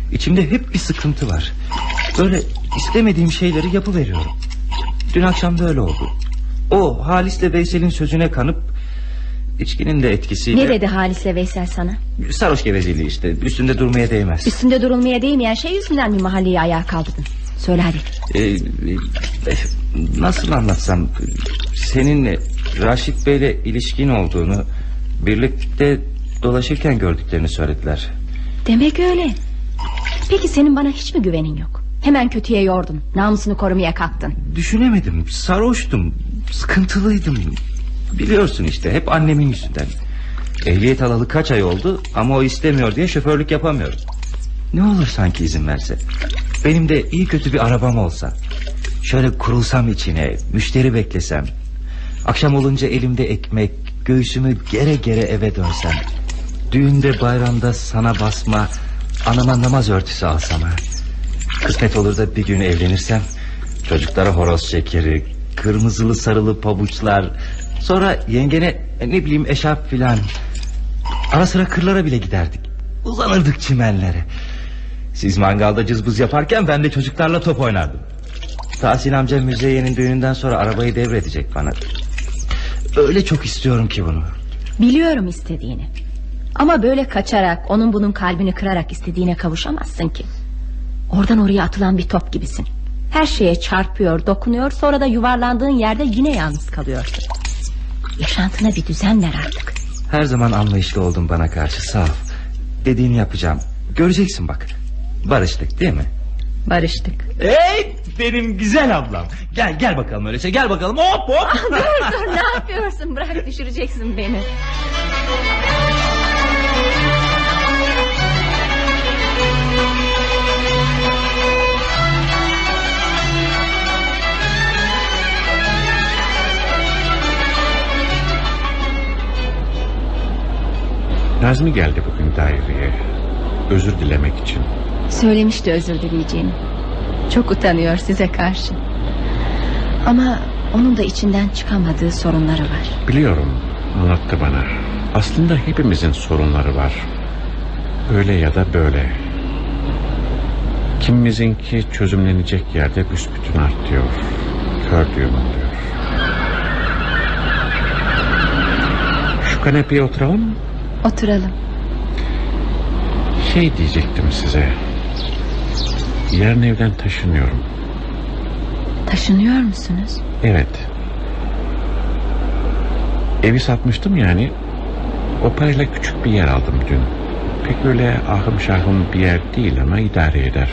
İçimde hep bir sıkıntı var. Böyle istemediğim şeyleri yapıveriyorum. Dün akşam böyle oldu. O Halis'le Veysel'in sözüne kanıp içkinin de etkisiyle... Ne dedi Halis'le Veysel sana? Sarhoş gevezeliği işte, üstünde durmaya değmez. Üstünde durulmaya değmeyen şey yüzünden mi mahalleyi ayağa kaldırdın? Söyle hadi. Ee, nasıl anlatsam, seninle Raşit Bey'le ilişkin olduğunu, birlikte dolaşırken gördüklerini söylediler. Demek öyle. Peki senin bana hiç mi güvenin yok? Hemen kötüye yordun, namusunu korumaya kalktın. Düşünemedim, sarhoştum, sıkıntılıydım. Biliyorsun işte, hep annemin yüzünden. Ehliyet alalı kaç ay oldu ama o istemiyor diye şoförlük yapamıyorum. Ne olur sanki izin verse. Benim de iyi kötü bir arabam olsa. Şöyle kurulsam içine, müşteri beklesem. Akşam olunca elimde ekmek, göğsümü gere gere eve dönsem. Düğünde bayramda sana basma, anama namaz örtüsü alsam ha. Kısmet olur da bir gün evlenirsem, çocuklara horoz şekeri, kırmızılı sarılı pabuçlar, sonra yengene ne bileyim eşarp filan. Ara sıra kırlara bile giderdik. Uzanırdık çimenlere. Siz mangalda cızbız yaparken ben de çocuklarla top oynardım. Tahsin amca Müzeyyen'in düğününden sonra arabayı devredecek bana. Öyle çok istiyorum ki bunu. Biliyorum istediğini. Ama böyle kaçarak, onun bunun kalbini kırarak istediğine kavuşamazsın ki. Oradan oraya atılan bir top gibisin. Her şeye çarpıyor, dokunuyor, sonra da yuvarlandığın yerde yine yalnız kalıyorsun. Yaşantına bir düzen ver artık. Her zaman anlayışlı oldun bana karşı, sağ ol. Dediğini yapacağım. Göreceksin bak. Barıştık değil mi? Barıştık. Hey benim güzel ablam. Gel gel bakalım öyleyse, gel bakalım, hop hop. Ah, dur dur, ne yapıyorsun, bırak, düşüreceksin beni. Nazmi geldi bugün daireye, özür dilemek için. Söylemişti özür dileyeceğini. Çok utanıyor size karşı. Ama onun da içinden çıkamadığı sorunları var. Biliyorum, anlattı bana. Aslında hepimizin sorunları var. Öyle ya da böyle. Kimimizinki çözümlenecek yerde büsbütün artıyor. Kör düğüm oluyor. Şu kanepeye oturalım mı? Oturalım. Şey diyecektim size. Yarın evden taşınıyorum. Taşınıyor musunuz? Evet. Evi satmıştım yani. O parayla küçük bir yer aldım dün. Pek öyle ahım şahım bir yer değil ama idare eder.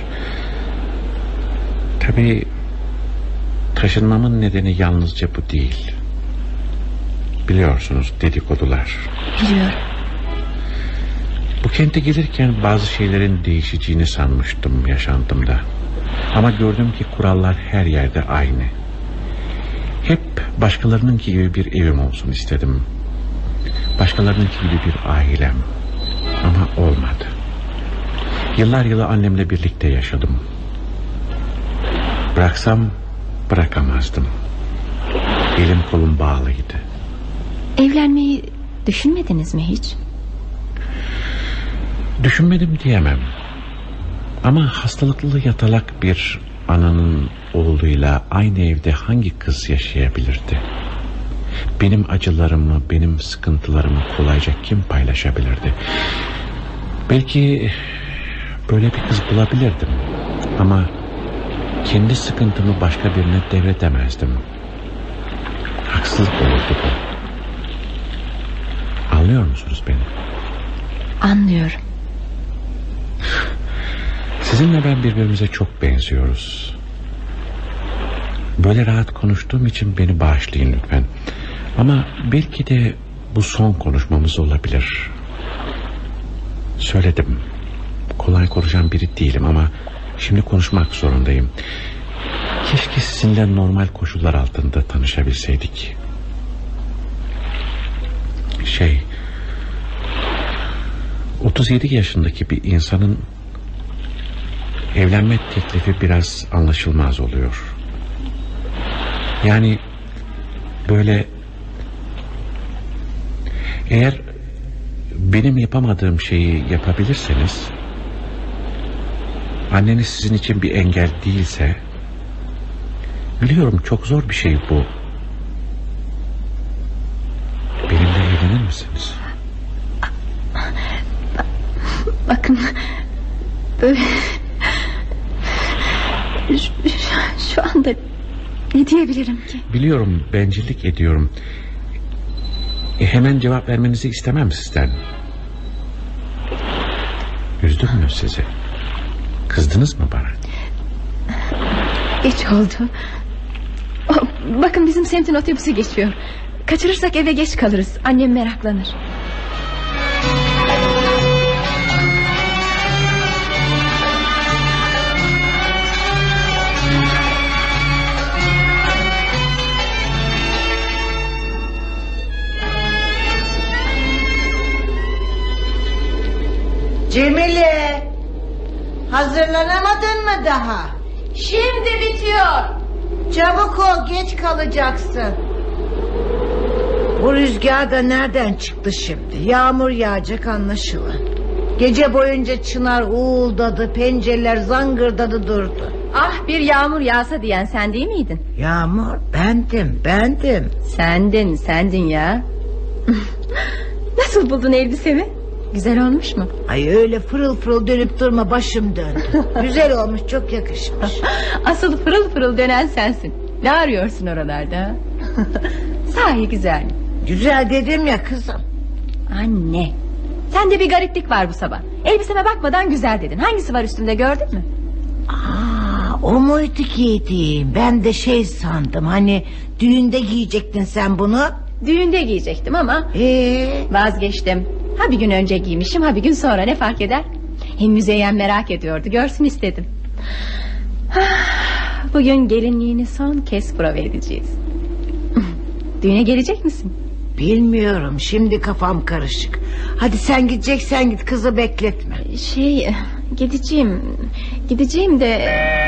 Tabii taşınmamın nedeni yalnızca bu değil. Biliyorsunuz, dedikodular. Biliyorum. Bu kente gelirken bazı şeylerin değişeceğini sanmıştım yaşantımda. Ama gördüm ki kurallar her yerde aynı. Hep başkalarınınki gibi bir evim olsun istedim. Başkalarınınki gibi bir ailem. Ama olmadı. Yıllar yılı annemle birlikte yaşadım. Bıraksam bırakamazdım. Elim kolum bağlıydı. Evlenmeyi düşünmediniz mi hiç? Düşünmedim diyemem. Ama hastalıklı yatalak bir ananın oğluyla aynı evde hangi kız yaşayabilirdi? Benim acılarımı, benim sıkıntılarımı kolayca kim paylaşabilirdi? Belki böyle bir kız bulabilirdim. Ama kendi sıkıntımı başka birine devredemezdim. Haksızlık olurdu bu. Anlıyor musunuz beni? Anlıyorum. Sizinle ben birbirimize çok benziyoruz. Böyle rahat konuştuğum için beni bağışlayın lütfen. Ama belki de bu son konuşmamız olabilir. Söyledim. Kolay konuşan biri değilim ama şimdi konuşmak zorundayım. Keşke sizinle normal koşullar altında tanışabilseydik. Şey... otuz yedi yaşındaki bir insanın evlenme teklifi biraz anlaşılmaz oluyor. Yani böyle, eğer benim yapamadığım şeyi yapabilirseniz anneniz sizin için bir engel değilse... biliyorum çok zor bir şey bu. Benimle evlenir misiniz? Bakın böyle şu, şu anda ne diyebilirim ki? Biliyorum bencillik ediyorum. E, hemen cevap vermenizi istemem sizden. Üzdüm mü sizi? Kızdınız mı bana? Geç oldu. Oh, bakın bizim semtin otobüsü geçiyor. Kaçırırsak eve geç kalırız. Annem meraklanır. Cemile, hazırlanamadın mı daha? Şimdi bitiyor. Çabuk ol, geç kalacaksın. Bu rüzgar da nereden çıktı şimdi? Yağmur yağacak anlaşılan. Gece boyunca çınar uğuldadı, pencereler zangırdadı durdu. Ah, bir yağmur yağsa diyen sen değil miydin? Yağmur bendim, bendim. Sendin, sendin ya. Nasıl buldun elbisemi? Güzel olmuş mu? Ay öyle fırıl fırıl dönüp durma, başım döndü. Güzel olmuş, çok yakışmış. Asıl fırıl fırıl dönen sensin. Ne arıyorsun oralarda? Sahi güzel. Güzel dedim ya kızım. Anne, sende bir gariplik var bu sabah. Elbiseme bakmadan güzel dedin. Hangisi var üstümde, gördün mü? Aa, o muydu giydiğim? Ben de şey sandım, hani düğünde giyecektin sen bunu. Düğünde giyecektim ama ee? vazgeçtim. Ha bir gün önce giymişim, ha bir gün sonra, ne fark eder? Hem Müzeyyen merak ediyordu, görsün istedim. Bugün gelinliğini son kez prova edeceğiz. Düğüne gelecek misin? Bilmiyorum, şimdi kafam karışık. Hadi sen gideceksen git, kızı bekletme. Şey, gideceğim. Gideceğim de...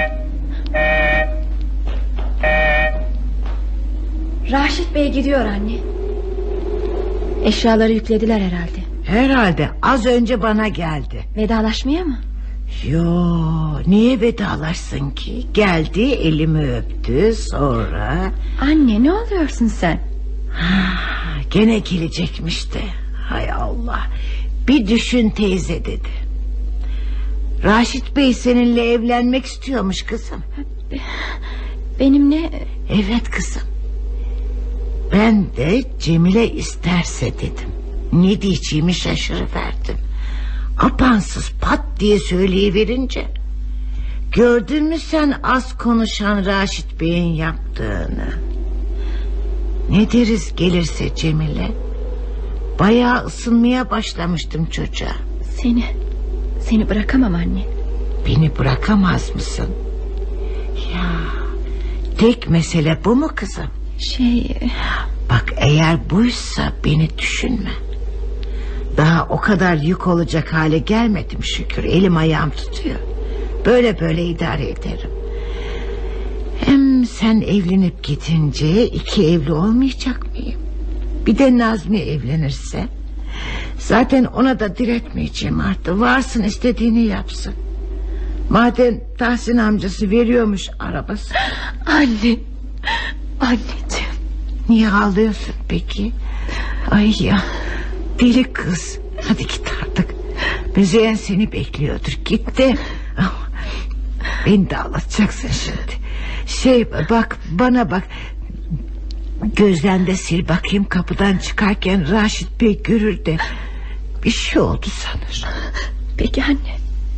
Raşit Bey gidiyor anne. Eşyaları yüklediler herhalde. Herhalde, az önce bana geldi. Vedalaşmaya mı? Yo, niye vedalaşsın ki? Geldi, elimi öptü, sonra... Anne, ne oluyorsun sen? Gene gelecekmiş de. Hay Allah. Bir düşün teyze dedi. Raşit Bey seninle evlenmek istiyormuş kızım. Benimle? Evet kızım. Ben de Cemile isterse dedim. Ne diyeceğimi şaşırıverdim. Apansız pat diye söyleyiverince... Gördün mü sen az konuşan Raşit Bey'in yaptığını? Ne deriz gelirse Cemile? Bayağı ısınmaya başlamıştım çocuğa. Seni, seni bırakamam anne. Beni bırakamaz mısın? Ya, tek mesele bu mu kızım? Şey... Bak, eğer buysa beni düşünme. Daha o kadar yük olacak hale gelmedim şükür. Elim ayağım tutuyor. Böyle böyle idare ederim. Hem sen evlenip gidince iki evli olmayacak mıyım? Bir de Nazmi evlenirse. Zaten ona da diretmeyeceğim artık. Varsın, istediğini yapsın. Madem Tahsin amcası veriyormuş arabası. Anne, anneciğim. Niye ağlıyorsun peki? Ay ya, deli kız. Hadi git artık. Müzeyyen seni bekliyordur. Git de. Beni de ağlatacaksın şimdi. Şey bak, bana bak. Gözden de sil bakayım, kapıdan çıkarken Raşit Bey görür de bir şey oldu sanır. Peki anne.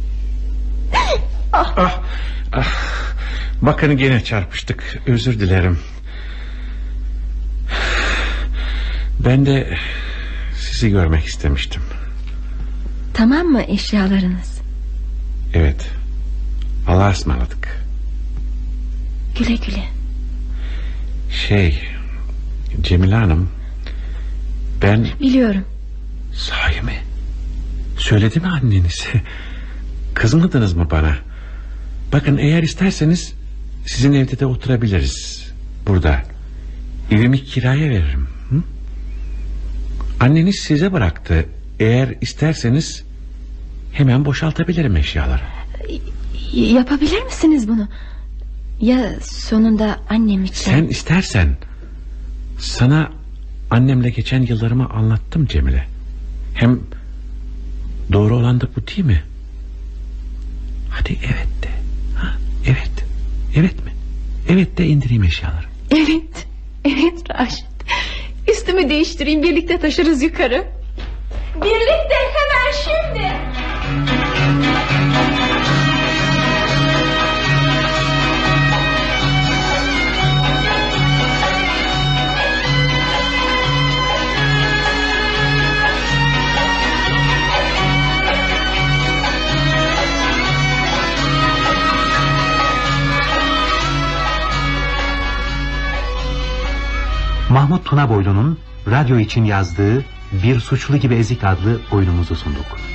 Ah. Ah, ah. Bakın gene çarpıştık, özür dilerim. Ben de sizi görmek istemiştim. Tamam mı eşyalarınız? Evet, Allah'a ısmarladık. Güle güle. Şey, Cemile Hanım, ben... Biliyorum. Sahi mi? Söyledi mi anneniz? Kızmadınız mı bana? Bakın, eğer isterseniz sizin evde de oturabiliriz. Burada. Evimi kiraya veririm. Hı? Anneniz size bıraktı. Eğer isterseniz hemen boşaltabilirim eşyaları. Yapabilir misiniz bunu? Ya sonunda annem için? Sen istersen. Sana annemle geçen yıllarımı anlattım Cemile. Hem doğru olan da bu değil mi? Hadi evet de. Ha, evet. Evet mi? Evet de indireyim eşyaları. Evet. Evet Raşit. Üstümü değiştireyim, birlikte taşırız yukarı. Birlikte, hemen şimdi. Mahmut Tunaboylu'nun radyo için yazdığı Bir Suçlu Gibi Ezik adlı oyunumuzu sunduk.